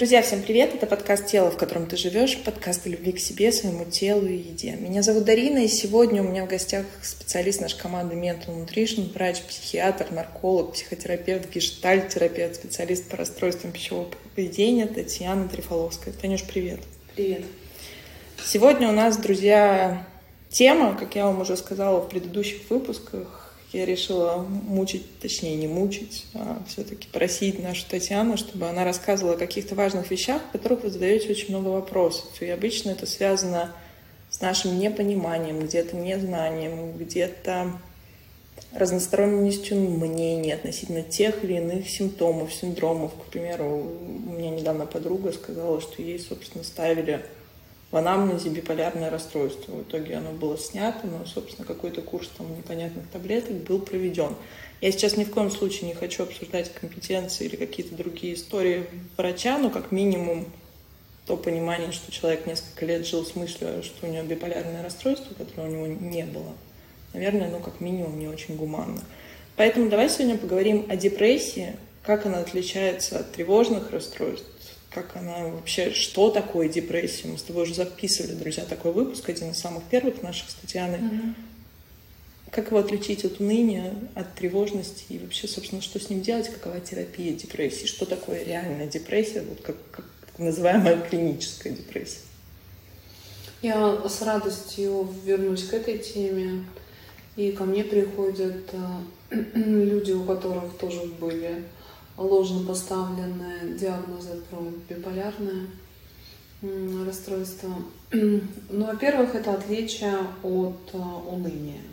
Друзья, всем привет! Это подкаст «Тело, в котором ты живешь», подкаст о любви к себе, своему телу и еде. Меня зовут Дарина, и сегодня у меня в гостях специалист нашей команды Mental Nutrition, врач, психиатр, нарколог, психотерапевт, гештальт-терапевт, специалист по расстройствам пищевого поведения Татьяна Трифоловская. Танюш, привет! Привет! Сегодня у нас, друзья, тема, как я вам уже сказала в предыдущих выпусках. Я решила не мучить, а все-таки просить нашу Татьяну, чтобы она рассказывала о каких-то важных вещах, о которых вы задаете очень много вопросов. И обычно это связано с нашим непониманием, где-то незнанием, где-то разносторонностью мнений относительно тех или иных симптомов, синдромов. К примеру, у меня недавно подруга сказала, что ей, собственно, ставили в анамнезе биполярное расстройство. В итоге оно было снято, но, собственно, какой-то курс там непонятных таблеток был проведен. Я сейчас ни в коем случае не хочу обсуждать компетенции или какие-то другие истории врача, но как минимум то понимание, что человек несколько лет жил с мыслью, что у него биполярное расстройство, которого у него не было, наверное, как минимум не очень гуманно. Поэтому давай сегодня поговорим о депрессии, как она отличается от тревожных расстройств, как она вообще, что такое депрессия. Мы с тобой уже записывали, друзья, такой выпуск, один из самых первых наших с Татьяной. Как его отличить от уныния, от тревожности и вообще, собственно, что с ним делать, какова терапия депрессии, что такое реальная депрессия, вот как называемая клиническая депрессия. Я с радостью вернусь к этой теме. И ко мне приходят люди, у которых тоже были ложно поставленные диагнозы про биполярное расстройство. Ну, во-первых, это отличие от уныния.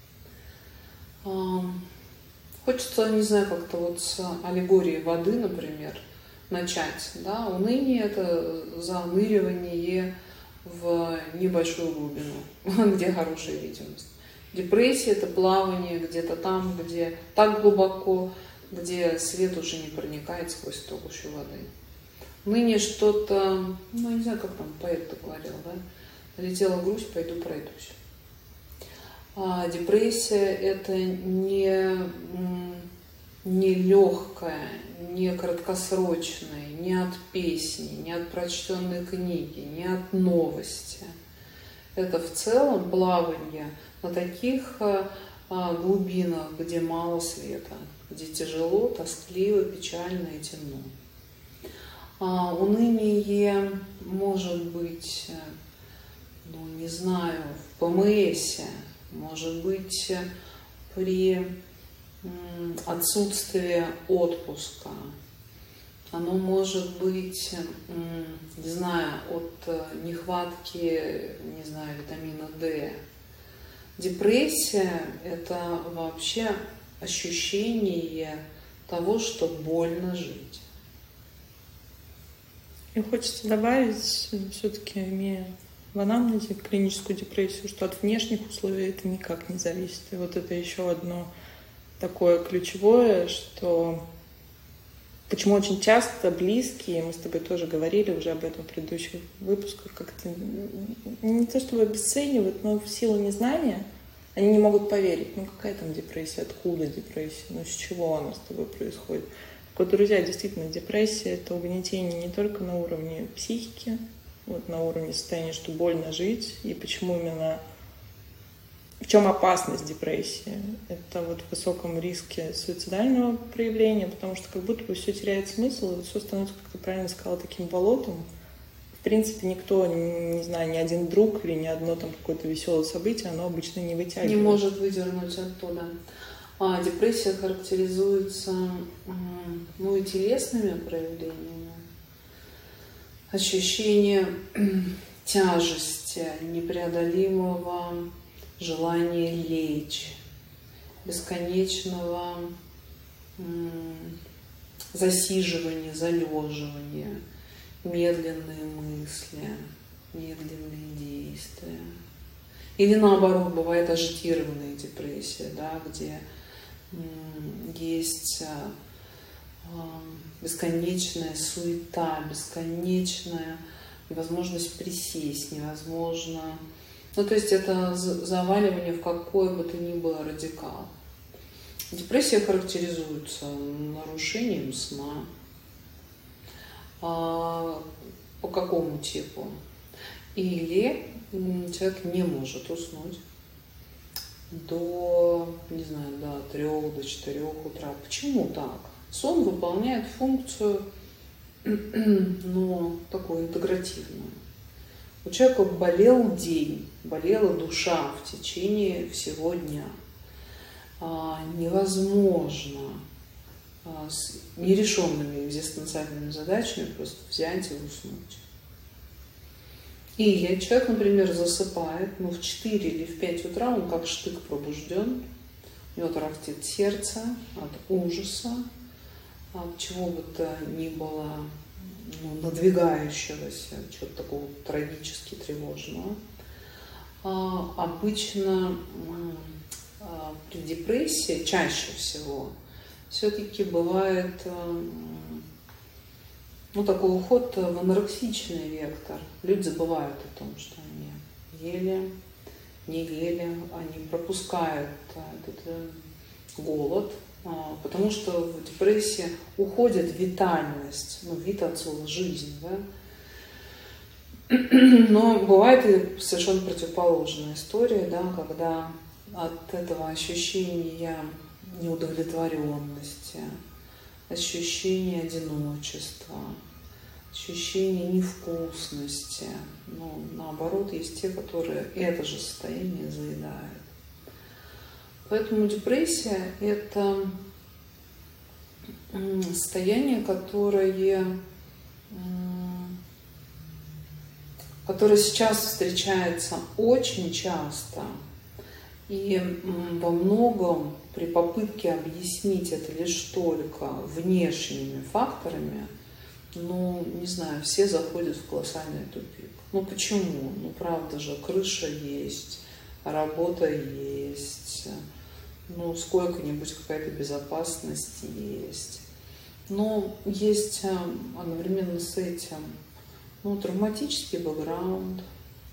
Хочется, не знаю, как-то вот с аллегории воды, например, начать. Да? Уныние — это заныривание в небольшую глубину, где хорошая видимость. Депрессия — это плавание где-то там, где так глубоко, где свет уже не проникает сквозь толщу воды. Уныние что-то, не знаю, как там поэт-то говорил, да? Налетела грусть, пойду пройдусь. А депрессия — это не легкая, не краткосрочная, не от песни, не от прочтенной книги, не от новости. Это в целом плавание на таких глубинах, где мало света, где тяжело, тоскливо, печально и темно. Уныние может быть, не знаю, в ПМСе, может быть при отсутствии отпуска. Оно может быть, не знаю, от нехватки, витамина D. Депрессия — это вообще ощущение того, что больно жить. И хочется добавить, все-таки имея в анамнезе клиническую депрессию, что от внешних условий это никак не зависит. И вот это еще одно такое ключевое, что почему очень часто близкие, мы с тобой тоже говорили уже об этом в предыдущих выпусках, как-то не то чтобы обесценивают, но в силу незнания они не могут поверить, какая там депрессия, откуда депрессия, с чего она с тобой происходит. Так вот, друзья, действительно, депрессия — это угнетение не только на уровне психики, на уровне состояния, что больно жить, и почему именно, в чем опасность депрессии. Это в высоком риске суицидального проявления, потому что как будто бы все теряет смысл, и все становится, как ты правильно сказала, таким болотом. В принципе, никто, не знаю, ни один друг или ни одно там какое-то веселое событие, оно обычно не вытягивает. Не может выдернуть оттуда. Депрессия характеризуется и телесными проявлениями. Ощущение тяжести, непреодолимого желания лечь, бесконечного засиживания, залеживания, медленные мысли, медленные действия. Или наоборот, бывает ажитированная депрессия, где есть бесконечная суета, бесконечная невозможность присесть, невозможно. То есть это заваливание в какой бы то ни было радикал. Депрессия характеризуется нарушением сна, по какому типу. Или человек не может уснуть до, не знаю, до 3, до 4 утра. Почему так? Сон выполняет функцию, ну, такую интегративную. У человека болел день, болела душа в течение всего дня. Невозможно с нерешенными экзистенциальными задачами просто взять и уснуть. Или человек, например, засыпает, но в 4 или в 5 утра он как штык пробужден, у него тарахтит сердце от ужаса, от чего бы то ни было, ну, надвигающегося, чего-то такого трагически тревожного. Обычно при депрессии чаще всего все-таки бывает, ну, такой уход в анорексичный вектор. Люди забывают о том, что они ели, не ели, они пропускают этот голод, потому что в депрессии уходит витальность, ну, вид от слова жизнь, да? Но бывает и совершенно противоположная история, да, когда от этого ощущения неудовлетворенности, ощущения одиночества, ощущения невкусности, ну, наоборот, есть те, которые это же состояние заедают. Поэтому депрессия – это состояние, которое сейчас встречается очень часто. И во многом при попытке объяснить это лишь только внешними факторами, ну, не знаю, все заходят в колоссальный тупик. Ну, почему? Ну, правда же, крыша есть, работа есть, ну, сколько-нибудь какая-то безопасность есть. Но есть одновременно с этим, ну, травматический бэкграунд.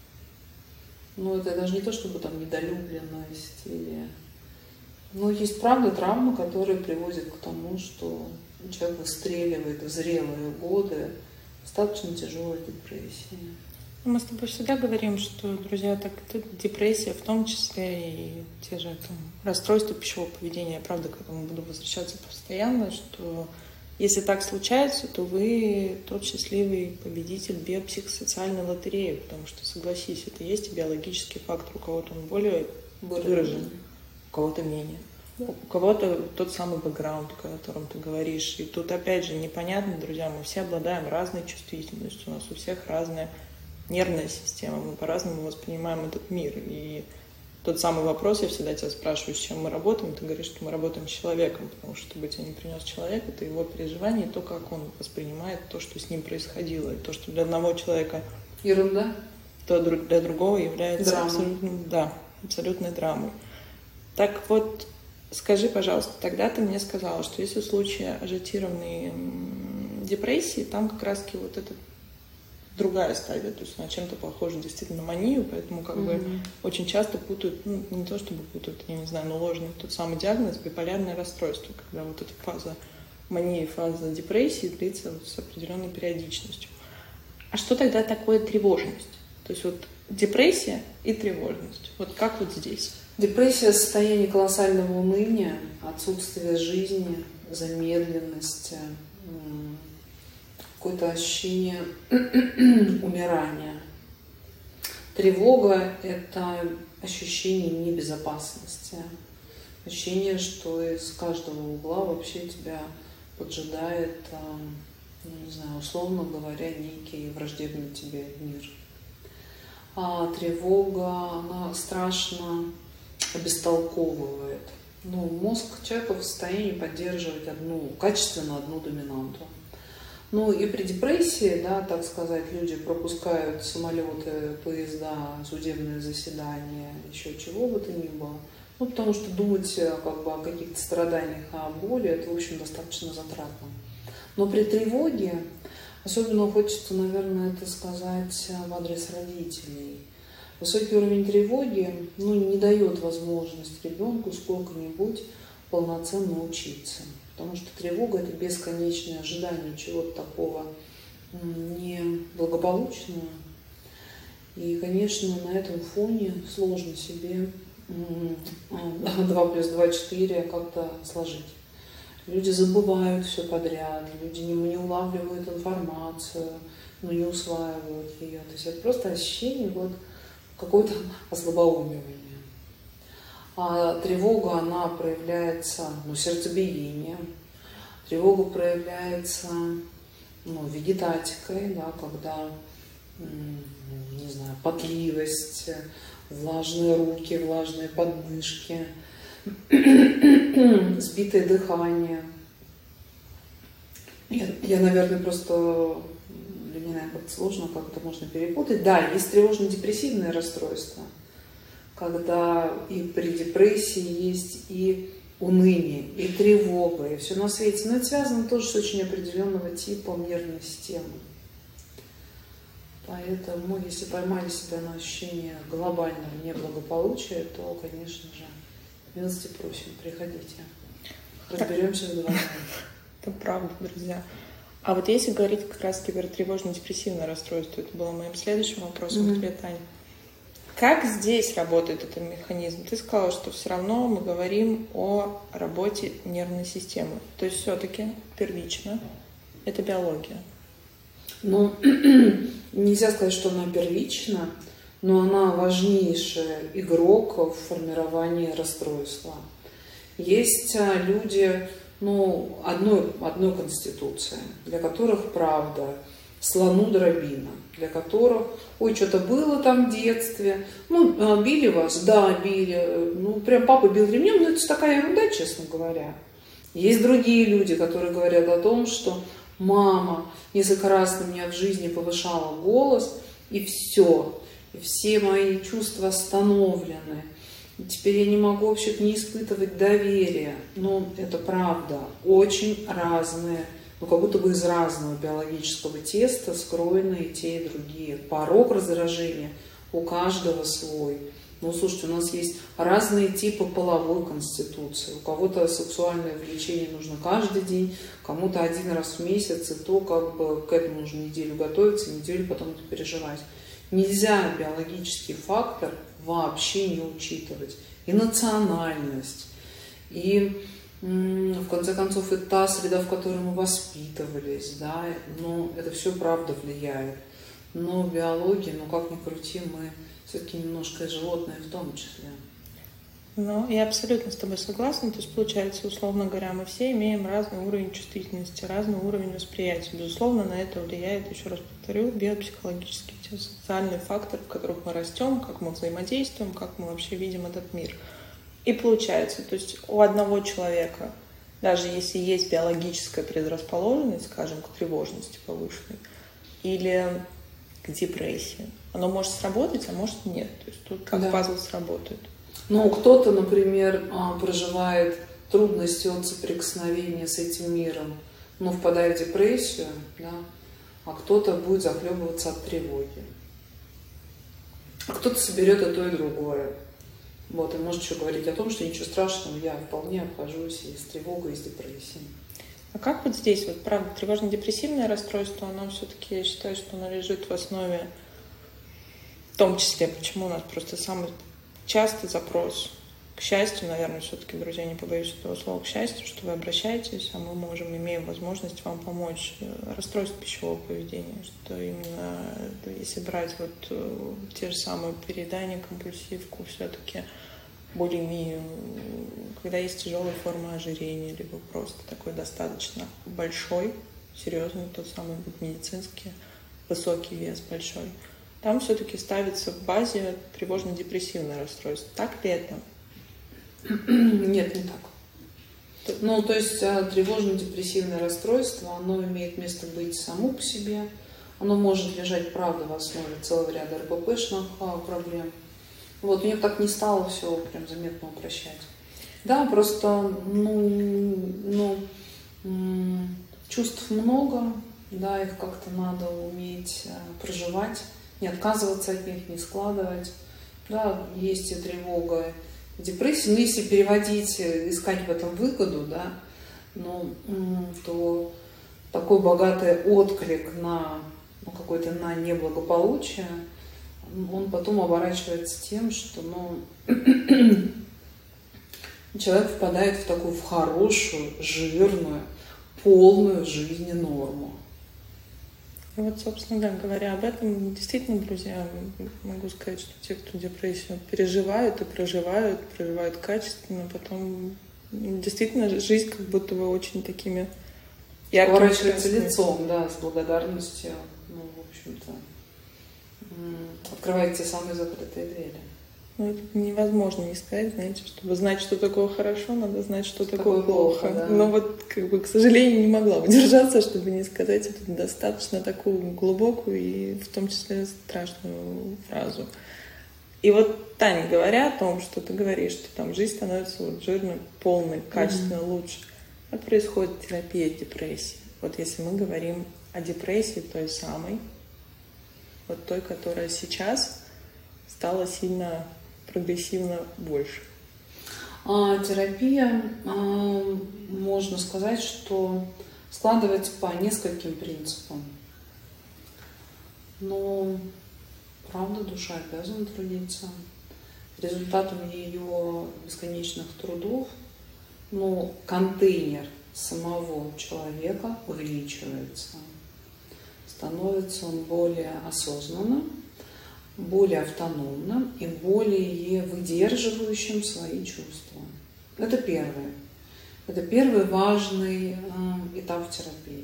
Ну, это даже не то, чтобы там недолюбленность или... Ну, есть, правда, травмы, которые приводят к тому, что человек выстреливает в зрелые годы достаточно тяжелой депрессии. Мы с тобой всегда говорим, что, друзья, так депрессия, в том числе и те же там, расстройства пищевого поведения, я правда к этому буду возвращаться постоянно, что если так случается, то вы тот счастливый победитель биопсихосоциальной лотереи, потому что, согласись, это есть биологический фактор, у кого-то он более выражен, у кого-то менее. У кого-то тот самый бэкграунд, о котором ты говоришь. И тут, опять же, непонятно, друзья, мы все обладаем разной чувствительностью, у нас у всех разная нервная система, мы по-разному воспринимаем этот мир. И тот самый вопрос, я всегда тебя спрашиваю, с чем мы работаем, ты говоришь, что мы работаем с человеком, потому что чтобы тебе не принес человек, это его переживание, то, как он воспринимает то, что с ним происходило, и то, что для одного человека ерунда, то для другого является абсолютной драмой. Так вот, скажи, пожалуйста, тогда ты мне сказала, что если в случае ажиотированной депрессии, там как раз-таки вот эта другая стадия, то есть она чем-то похожа действительно на манию, поэтому как бы очень часто путают, ну, не то чтобы путают, я не знаю, но ложный тот самый диагноз биполярное расстройство, когда вот эта фаза мании, фаза депрессии длится вот с определенной периодичностью. А что тогда такое тревожность? То есть вот депрессия и тревожность. Вот как вот здесь? Депрессия – состояние колоссального уныния, отсутствия жизни, замедленности, какое-то ощущение умирания. Тревога – это ощущение небезопасности, ощущение, что из каждого угла вообще тебя поджидает, ну, не знаю, условно говоря, некий враждебный тебе мир. А тревога, она страшно обестолковывает. Ну, мозг человека в состоянии поддерживать качественно одну доминанту. Ну и при депрессии, да, так сказать, люди пропускают самолеты, поезда, судебные заседания, еще чего бы то ни было. Ну, потому что думать как бы о каких-то страданиях, о боли, это, в общем, достаточно затратно. Но при тревоге, особенно хочется, наверное, это сказать в адрес родителей, высокий уровень тревоги, ну, не дает возможность ребенку сколько-нибудь полноценно учиться. Потому что тревога – это бесконечное ожидание чего-то такого неблагополучную. И, конечно, на этом фоне сложно себе 2 плюс 2 4 как-то сложить. Люди забывают все подряд, люди не улавливают информацию, но не усваивают ее. То есть это просто ощущение вот какого-то ослабоумивания. А тревога, она проявляется, сердцебиением. Тревога проявляется, вегетатикой, да, когда, не знаю, потливость, влажные руки, влажные подмышки, сбитое дыхание. Я, наверное, просто для меня как-то сложно, как это можно перепутать. Да, есть тревожно-депрессивное расстройство, когда и при депрессии есть и уныние, и тревога, и все на свете. Но это связано тоже с очень определенного типа нервной системы. Поэтому, если поймали себя на ощущение глобального неблагополучия, то, конечно же, милости просим, приходите. Разберемся вдвоем. Это правда, друзья. А вот если говорить как раз про тревожно-депрессивное расстройство, это было моим следующим вопросом к тебе, Таня. Как здесь работает этот механизм? Ты сказала, что все равно мы говорим о работе нервной системы. То есть все-таки первично это биология. Нельзя сказать, что она первична, но она важнейший игрок в формировании расстройства. Есть люди, одной конституции, для которых правда слону дробина, для которых, что-то было там в детстве, били вас, да, били, прям папа бил ремнем, это такая ерунда, честно говоря. Есть другие люди, которые говорят о том, что мама несколько раз на меня в жизни повышала голос, и все мои чувства остановлены. И теперь я не могу вообще не испытывать доверия. Это правда. Очень разные, как будто бы из разного биологического теста скроены и те, и другие. Порог раздражения у каждого свой. Слушайте, у нас есть разные типы половой конституции. У кого-то сексуальное влечение нужно каждый день, кому-то один раз в месяц, и то к этому нужно неделю готовиться, неделю потом это переживать. Нельзя биологический фактор вообще не учитывать. И национальность, и в конце концов и та среда, в которой мы воспитывались, да, это все правда влияет. Но биология, как ни крути, мы все-таки немножко животные в том числе. Я абсолютно с тобой согласна. То есть, получается, условно говоря, мы все имеем разный уровень чувствительности, разный уровень восприятия. Безусловно, на это влияет, еще раз повторю, биопсихологический, те социальные факторы, в которых мы растем, как мы взаимодействуем, как мы вообще видим этот мир. И получается, то есть у одного человека, даже если есть биологическая предрасположенность, скажем, к тревожности повышенной, или к депрессии, оно может сработать, а может нет. То есть тут как пазл сработает. Кто-то, например, проживает трудности от соприкосновения с этим миром, впадая в депрессию, да, а кто-то будет захлебываться от тревоги. А кто-то соберет и то, и другое. И может еще говорить о том, что ничего страшного, я вполне обхожусь и с тревогой, и с депрессией. А как вот здесь, правда, тревожно-депрессивное расстройство, оно все-таки, я считаю, что оно лежит в основе, в том числе, почему у нас просто самый частый запрос к счастью, наверное, все-таки, друзья, не побоюсь этого слова, к счастью, что вы обращаетесь, а мы имеем возможность вам помочь. Расстройство пищевого поведения, что именно, если брать те же самые переедания, компульсивку, все-таки булимию, когда есть тяжелая форма ожирения, либо просто такой достаточно большой, серьезный, тот самый медицинский, высокий вес большой, там все-таки ставится в базе тревожно-депрессивное расстройство. Так ли это? Нет, не так. То есть тревожно-депрессивное расстройство, оно имеет место быть само по себе. Оно может лежать, правда, в основе целого ряда РППшных проблем. У них так не стало все прям заметно упрощать. Да, просто, чувств много, да, их как-то надо уметь проживать, не отказываться от них, не складывать. Да, есть и тревога, и депрессия. Но если переводить, искать в этом выгоду, да, то такой богатый отклик на какое-то на неблагополучие, он потом оборачивается тем, что человек впадает в такую в хорошую, жирную, полную в жизни норму. И вот, собственно, да, говоря об этом, действительно, друзья, могу сказать, что те, кто депрессию переживают и проживают качественно, потом действительно жизнь как будто бы очень такими яркими. Поворачивается лицом, да, с благодарностью, в общем-то, открывает те самые закрытые двери. Это невозможно не сказать, знаете, чтобы знать, что такое хорошо, надо знать, что такое плохо. Да. Но вот, к сожалению, не могла удержаться, чтобы не сказать эту достаточно такую глубокую и в том числе страшную фразу. И вот, Таня, говоря о том, что ты говоришь, что там жизнь становится вот жирной, полной, качественно лучше, как происходит терапия депрессии? Вот если мы говорим о депрессии той самой, вот той, которая сейчас стала сильно прогрессивно больше. Терапия, можно сказать, что складывается по нескольким принципам. Но, правда, душа обязана трудиться. Результатом ее бесконечных трудов, контейнер самого человека увеличивается. Становится он более осознанным, более автономным и более выдерживающим свои чувства. Это первое. Это первый важный этап терапии.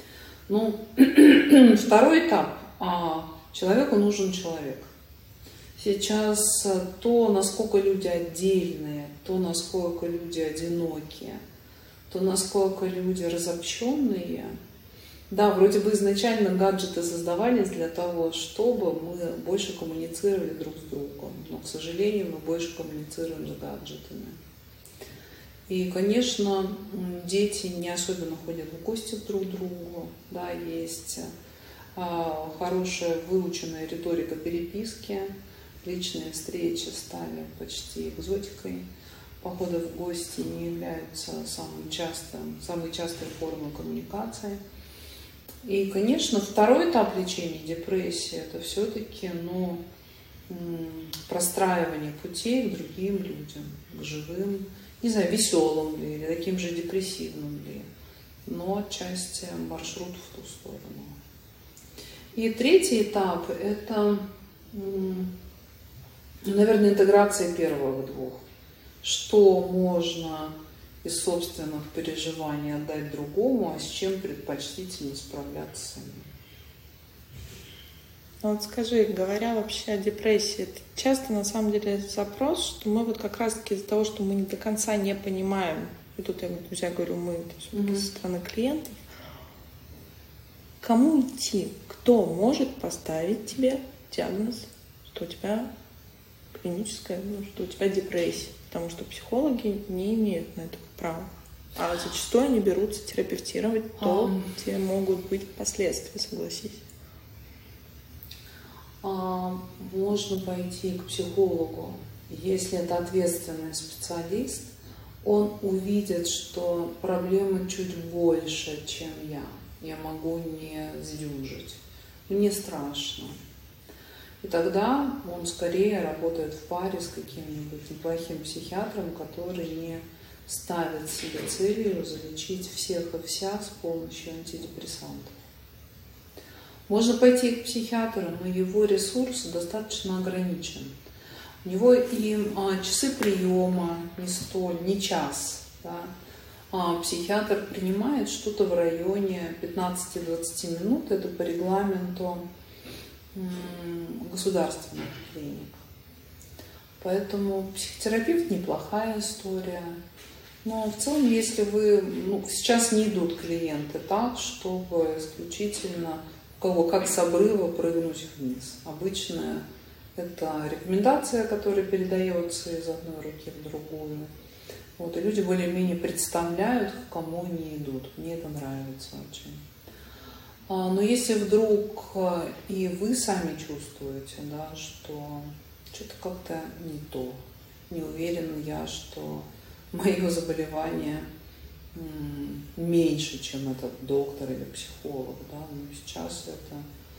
Второй этап. Человеку нужен человек. Сейчас то, насколько люди отдельные, то, насколько люди одинокие, то, насколько люди разобщенные. Да, вроде бы изначально гаджеты создавались для того, чтобы мы больше коммуницировали друг с другом. Но, к сожалению, мы больше коммуницируем с гаджетами. И, конечно, дети не особенно ходят в гости друг к другу. Да, есть хорошая выученная риторика переписки. Личные встречи стали почти экзотикой. Походы в гости не являются самой частой формой коммуникации. И, конечно, второй этап лечения депрессии – это все-таки простраивание путей к другим людям, к живым, не знаю, веселым ли, или таким же депрессивным ли, но отчасти маршрут в ту сторону. И третий этап – это, наверное, интеграция первых двух. Что можно из собственных переживаний отдать другому, а с чем предпочтительно справляться самим. Вот скажи, говоря вообще о депрессии, это часто на самом деле запрос, что мы вот как раз-таки из-за того, что мы не до конца не понимаем, и тут я, друзья, говорю мы, то есть со стороны клиентов, кому идти, кто может поставить тебе диагноз, что у тебя клиническая, что у тебя депрессия, потому что психологи не имеют на это права. А зачастую они берутся терапевтировать то, где могут быть последствия, согласись. Можно пойти к психологу, если это ответственный специалист, он увидит, что проблемы чуть больше, чем я. Я могу не сдюжить. Мне страшно. И тогда он скорее работает в паре с каким-нибудь неплохим психиатром, который не ставит себе целью залечить всех и вся с помощью антидепрессантов. Можно пойти к психиатру, но его ресурс достаточно ограничен. У него и часы приема не час. Да? Психиатр принимает что-то в районе 15-20 минут, это по регламенту государственных клиник. Поэтому психотерапевт неплохая история. Но в целом, если вы... сейчас не идут клиенты так, чтобы исключительно как с обрыва прыгнуть вниз. Обычно это рекомендация, которая передается из одной руки в другую. И люди более-менее представляют, к кому они идут. Мне это нравится очень. Но если вдруг и вы сами чувствуете, да, что что-то как-то не то, не уверена я, что мое заболевание меньше, чем этот доктор или психолог, да, но сейчас это,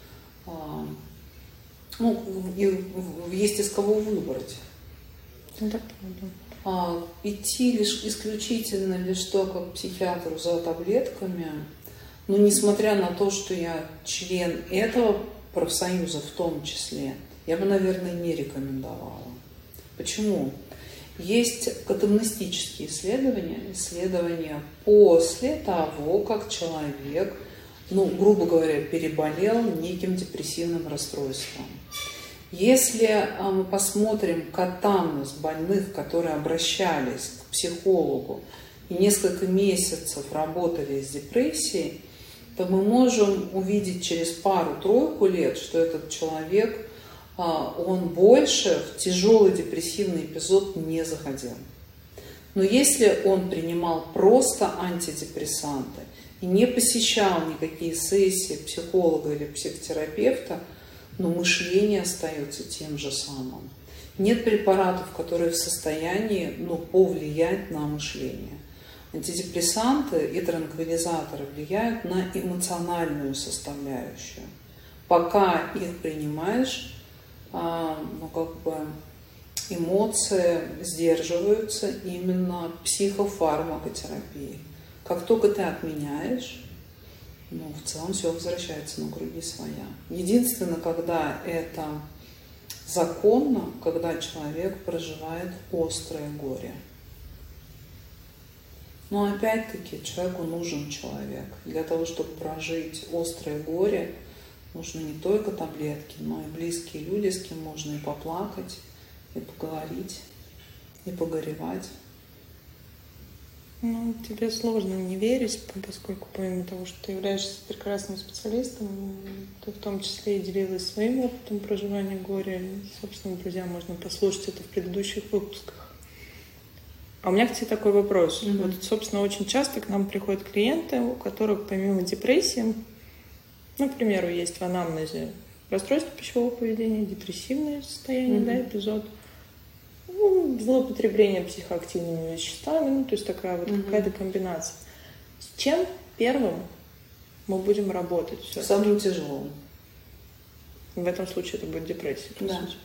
есть из кого выбрать. Это правда. Идти исключительно лишь только к психиатру за таблетками, но несмотря на то, что я член этого профсоюза в том числе, я бы, наверное, не рекомендовала. Почему? Есть катамнестические исследования после того, как человек, грубо говоря, переболел неким депрессивным расстройством. Если мы посмотрим катамнез больных, которые обращались к психологу и несколько месяцев работали с депрессией, то мы можем увидеть через пару-тройку лет, что этот человек, он больше в тяжелый депрессивный эпизод не заходил. Но если он принимал просто антидепрессанты и не посещал никакие сессии психолога или психотерапевта, но мышление остается тем же самым. Нет препаратов, которые в состоянии повлиять на мышление. Антидепрессанты и транквилизаторы влияют на эмоциональную составляющую. Пока их принимаешь, эмоции сдерживаются именно психофармакотерапией. Как только ты отменяешь, в целом все возвращается на круги своя. Единственное, когда это законно, когда человек проживает острое горе. Но опять-таки человеку нужен человек. Для того, чтобы прожить острое горе, нужны не только таблетки, но и близкие люди, с кем можно и поплакать, и поговорить, и погоревать. Тебе сложно не верить, поскольку помимо того, что ты являешься прекрасным специалистом, ты в том числе и делилась своим опытом проживания горя. И, собственно, друзья, можно послушать это в предыдущих выпусках. А у меня к тебе такой вопрос. Вот, собственно, очень часто к нам приходят клиенты, у которых помимо депрессии, к примеру, есть в анамнезе расстройство пищевого поведения, депрессивное состояние, эпизод, злоупотребление психоактивными веществами, то есть такая вот какая-то комбинация. С чем первым мы будем работать? Самым тяжелым. В этом случае это будет депрессия, по сути.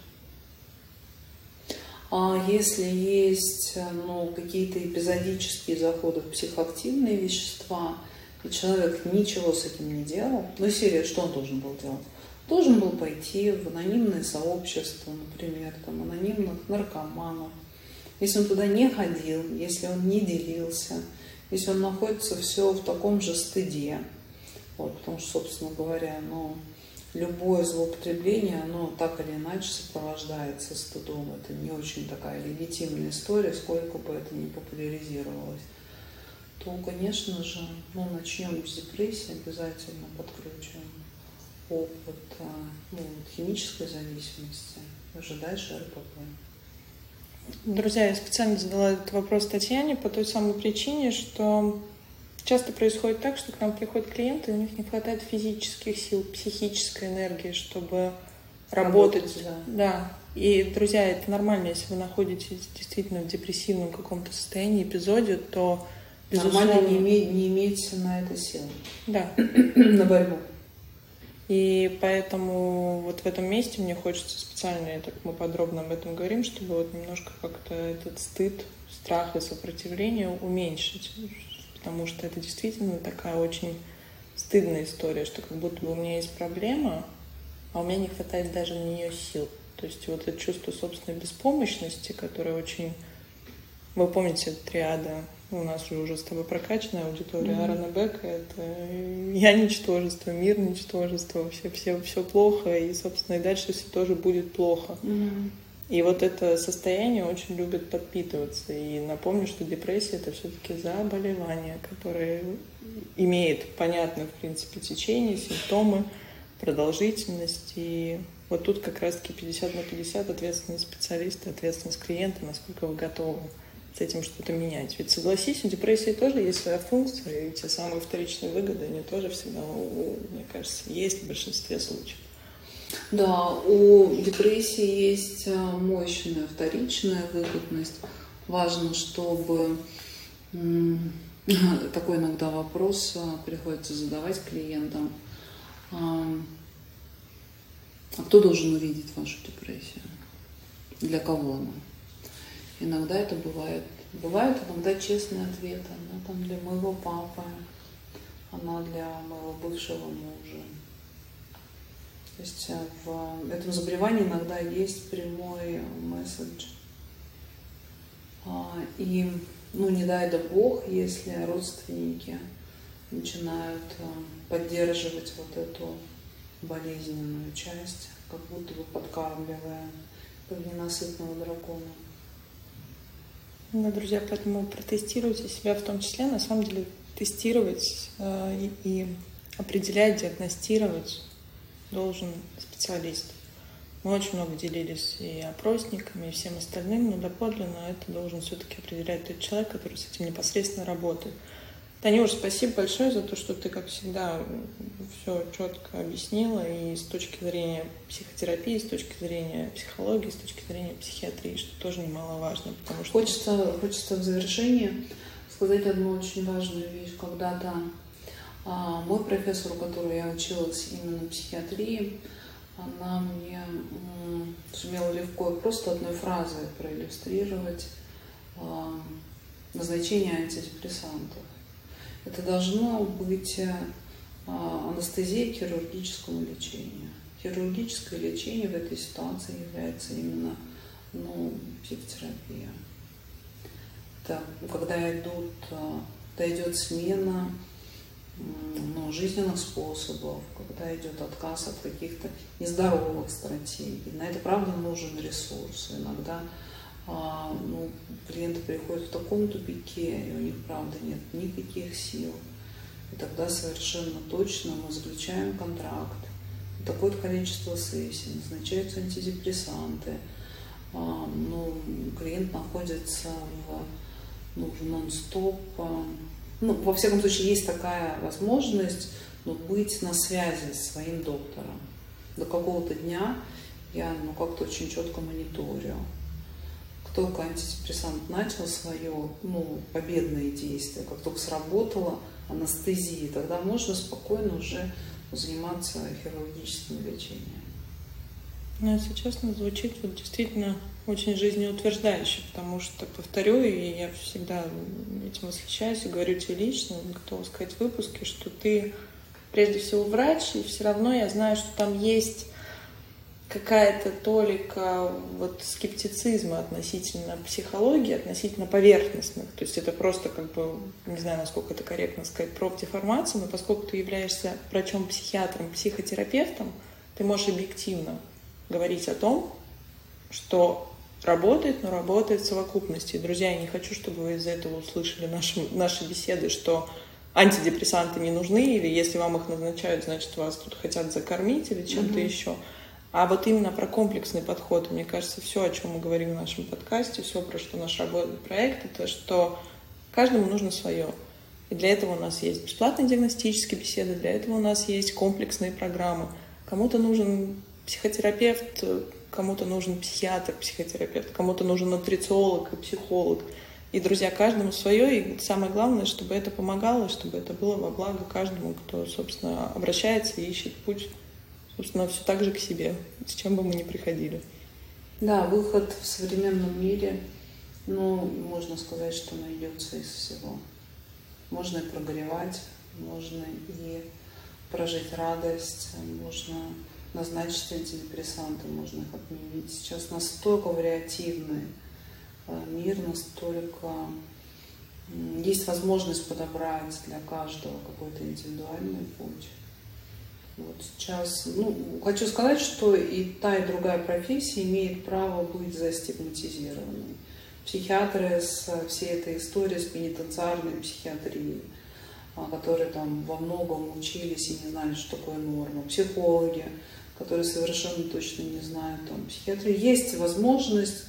А если есть какие-то эпизодические заходы в психоактивные вещества, и человек ничего с этим не делал, серия, что он должен был делать? Должен был пойти в анонимное сообщество, например, анонимных наркоманов. Если он туда не ходил, если он не делился, если он находится все в таком же стыде, потому что, собственно говоря, любое злоупотребление, оно так или иначе сопровождается стыдом. Это не очень такая легитимная история, сколько бы это ни популяризировалось. То, конечно же, начнем с депрессии, обязательно подключим опыт химической зависимости, уже дальше РПП. Друзья, я специально задала этот вопрос Татьяне по той самой причине, что часто происходит так, что к нам приходят клиенты, и у них не хватает физических сил, психической энергии, чтобы работать. Да. И, друзья, это нормально, если вы находитесь действительно в депрессивном каком-то состоянии, эпизоде, то нормально не иметь на это сил. Да. На борьбу. И поэтому вот в этом месте мне хочется специально, мы подробно об этом говорим, чтобы немножко как-то этот стыд, страх и сопротивление уменьшить. Потому что это действительно такая очень стыдная история, что как будто бы у меня есть проблема, а у меня не хватает даже на нее сил. То есть вот это чувство собственной беспомощности, которое очень... Вы помните, триада, у нас уже с тобой прокачанная аудитория Аарона Бека, это я ничтожество, мир ничтожество, все плохо, и, собственно, и дальше все тоже будет плохо. И вот это состояние очень любит подпитываться. И напомню, что депрессия — это все-таки заболевание, которое имеет, понятно, в принципе, течение, симптомы, продолжительность. И вот тут как раз-таки 50/50 ответственность специалиста, ответственность клиента, насколько вы готовы с этим что-то менять. Ведь согласись, у депрессии тоже есть своя функция, и те самые вторичные выгоды, они тоже всегда, мне кажется, есть в большинстве случаев. Да, у депрессии есть мощная вторичная выгодность. Важно, чтобы Такой иногда вопрос приходится задавать клиентам. А кто должен увидеть вашу депрессию? Для кого она? Иногда это бывает. Бывают иногда честные ответы. Она там для моего папы, она для моего бывшего мужа. То есть в этом заболевании иногда есть прямой месседж. И, не дай да Бог, если родственники начинают поддерживать вот эту болезненную часть, как будто бы подкармливая ненасытного дракона. Да, друзья, поэтому протестируйте себя в том числе. На самом деле тестировать и определять, диагностировать должен специалист. Мы очень много делились и опросниками, и всем остальным, но доподлинно это должен все-таки определять тот человек, который с этим непосредственно работает. Танюш, спасибо большое за то, что ты, как всегда, все четко объяснила и с точки зрения психотерапии, с точки зрения психологии, с точки зрения психиатрии, что тоже немаловажно, потому что... Хочется в завершение сказать одну очень важную вещь. Когда-то мой профессор, у которой я училась именно психиатрии, она мне сумела легко и просто одной фразой проиллюстрировать назначение антидепрессантов. Это должно быть анестезия к хирургическому лечению. Хирургическое лечение в этой ситуации является именно психотерапия. Это когда идет смена жизненных способов, когда идет отказ от каких-то нездоровых стратегий. На это, правда, нужен ресурс. Иногда клиенты приходят в таком тупике, и у них, правда, нет никаких сил. И тогда совершенно точно мы заключаем контракт. Такое количество сессий, назначаются антидепрессанты. Клиент находится в нон-стоп. Во всяком случае, есть такая возможность быть на связи с своим доктором. До какого-то дня я как-то очень четко мониторю. Как только антидепрессант начал свое победное действие, как только сработала анестезия, тогда можно спокойно уже заниматься хирургическим лечением. Если честно, звучит действительно очень жизнеутверждающе, потому что, повторю, и я всегда этим восхищаюсь и говорю тебе лично, готова сказать в выпуске, что ты прежде всего врач, и все равно я знаю, что там есть какая-то толика скептицизма относительно психологии, относительно поверхностных. То есть это просто не знаю, насколько это корректно сказать, профдеформация, но поскольку ты являешься врачом-психиатром, психотерапевтом, ты можешь объективно говорить о том, что работает, но работает в совокупности. И, друзья, я не хочу, чтобы вы из-за этого услышали наши беседы, что антидепрессанты не нужны, или если вам их назначают, значит, вас тут хотят закормить или чем-то еще. А именно про комплексный подход. И мне кажется, все, о чем мы говорим в нашем подкасте, все, про что наш работный проект, это что каждому нужно свое. И для этого у нас есть бесплатные диагностические беседы, для этого у нас есть комплексные программы. Кому-то нужен психотерапевт, кому-то нужен психиатр, психотерапевт, кому-то нужен нутрициолог и психолог. И, друзья, каждому свое, и самое главное, чтобы это помогало, чтобы это было во благо каждому, кто, собственно, обращается и ищет путь, собственно, все так же к себе, с чем бы мы ни приходили. Да, выход в современном мире, можно сказать, что найдется из всего. Можно и прогоревать, можно и прожить радость, можно назначить антидепрессанты, можно их отменить. Сейчас настолько вариативный мир, настолько есть возможность подобрать для каждого какой-то индивидуальный путь. Сейчас, хочу сказать, что и та, и другая профессия имеет право быть застигматизированной. Психиатры с всей этой историей, с пенитенциарной психиатрией, которые во многом учились и не знали, что такое норма. Психологи, которые совершенно точно не знают психиатрии. Есть возможность,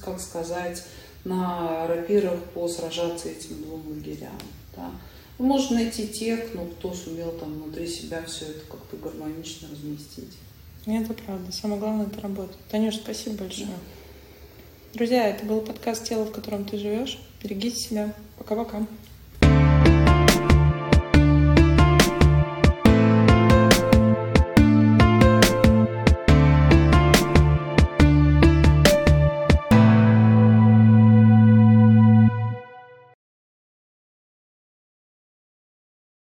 на рапирах сражаться этим двум лагерям. Да. Можно найти тех, кто сумел внутри себя все это как-то гармонично разместить. Это правда. Самое главное — это работа. Танюш, спасибо большое. Друзья, это был подкаст «Тело, в котором ты живешь». Берегите себя. Пока-пока.